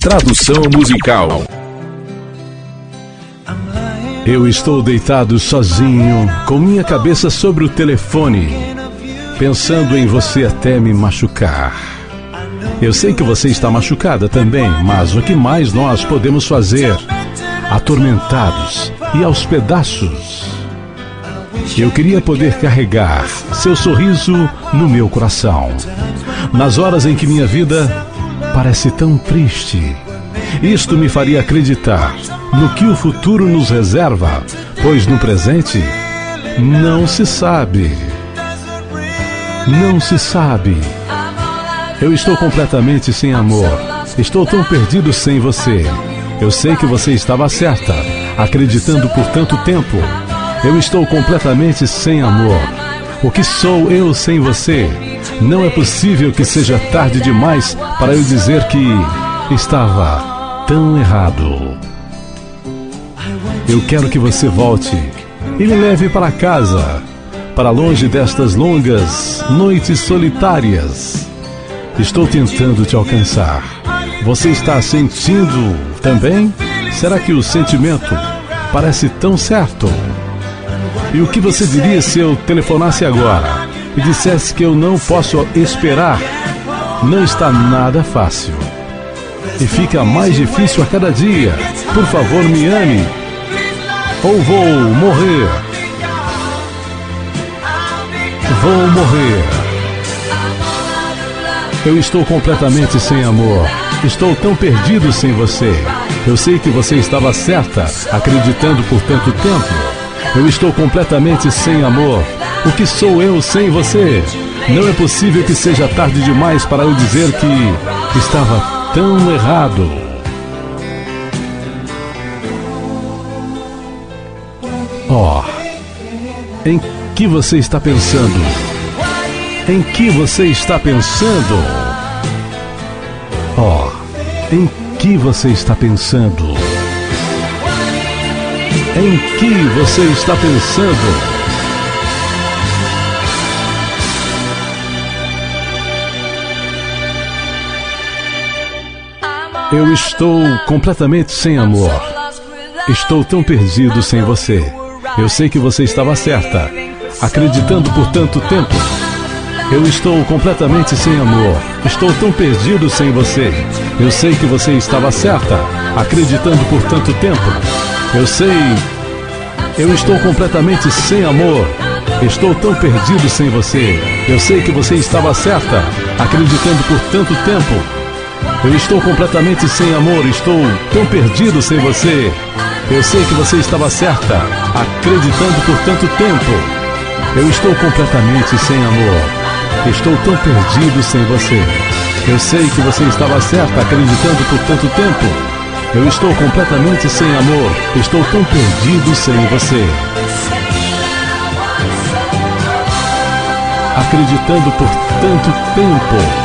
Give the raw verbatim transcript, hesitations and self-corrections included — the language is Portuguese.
Tradução musical. Eu estou deitado sozinho, com minha cabeça sobre o telefone, pensando em você até me machucar. Eu sei que você está machucada também, mas o que mais nós podemos fazer? Atormentados e aos pedaços. Eu queria poder carregar seu sorriso no meu coração, nas horas em que minha vida parece tão triste. Isto me faria acreditar no que o futuro nos reserva, pois no presente não se sabe. Não se sabe. Eu estou completamente sem amor. Estou tão perdido sem você. Eu sei que você estava certa, acreditando por tanto tempo. Eu estou completamente sem amor. O que sou eu sem você? Não é possível que seja tarde demais para eu dizer que estava tão errado. Eu quero que você volte e me leve para casa, para longe destas longas noites solitárias. Estou tentando te alcançar. Você está sentindo também? Será que o sentimento parece tão certo? E o que você diria se eu telefonasse agora e dissesse que eu não posso esperar? Não está nada fácil. E fica mais difícil a cada dia. Por favor, me ame, ou vou morrer. Vou morrer. Eu estou completamente sem amor. Estou tão perdido sem você. Eu sei que você estava certa, acreditando por tanto tempo. Eu estou completamente sem amor. O que sou eu sem você? Não é possível que seja tarde demais para eu dizer que estava tão errado. Oh, em que você está pensando? Em que você está pensando? Oh, em que você está pensando? Em que você está pensando? Eu estou completamente sem amor. Estou tão perdido sem você. Eu sei que você estava certa, acreditando por tanto tempo. Eu estou completamente sem amor. Estou tão perdido sem você. Eu sei que você estava certa, acreditando por tanto tempo. Eu sei. Eu estou completamente sem amor. Estou tão perdido sem você. Eu sei que você estava certa, acreditando por tanto tempo. Eu estou completamente sem amor. Estou tão perdido sem você. Eu sei que você estava certa, acreditando por tanto tempo. Eu estou completamente sem amor. Estou tão perdido sem você. Eu sei que você estava certa, acreditando por tanto tempo. Eu estou completamente sem amor. Estou tão perdido sem você. Acreditando por tanto tempo.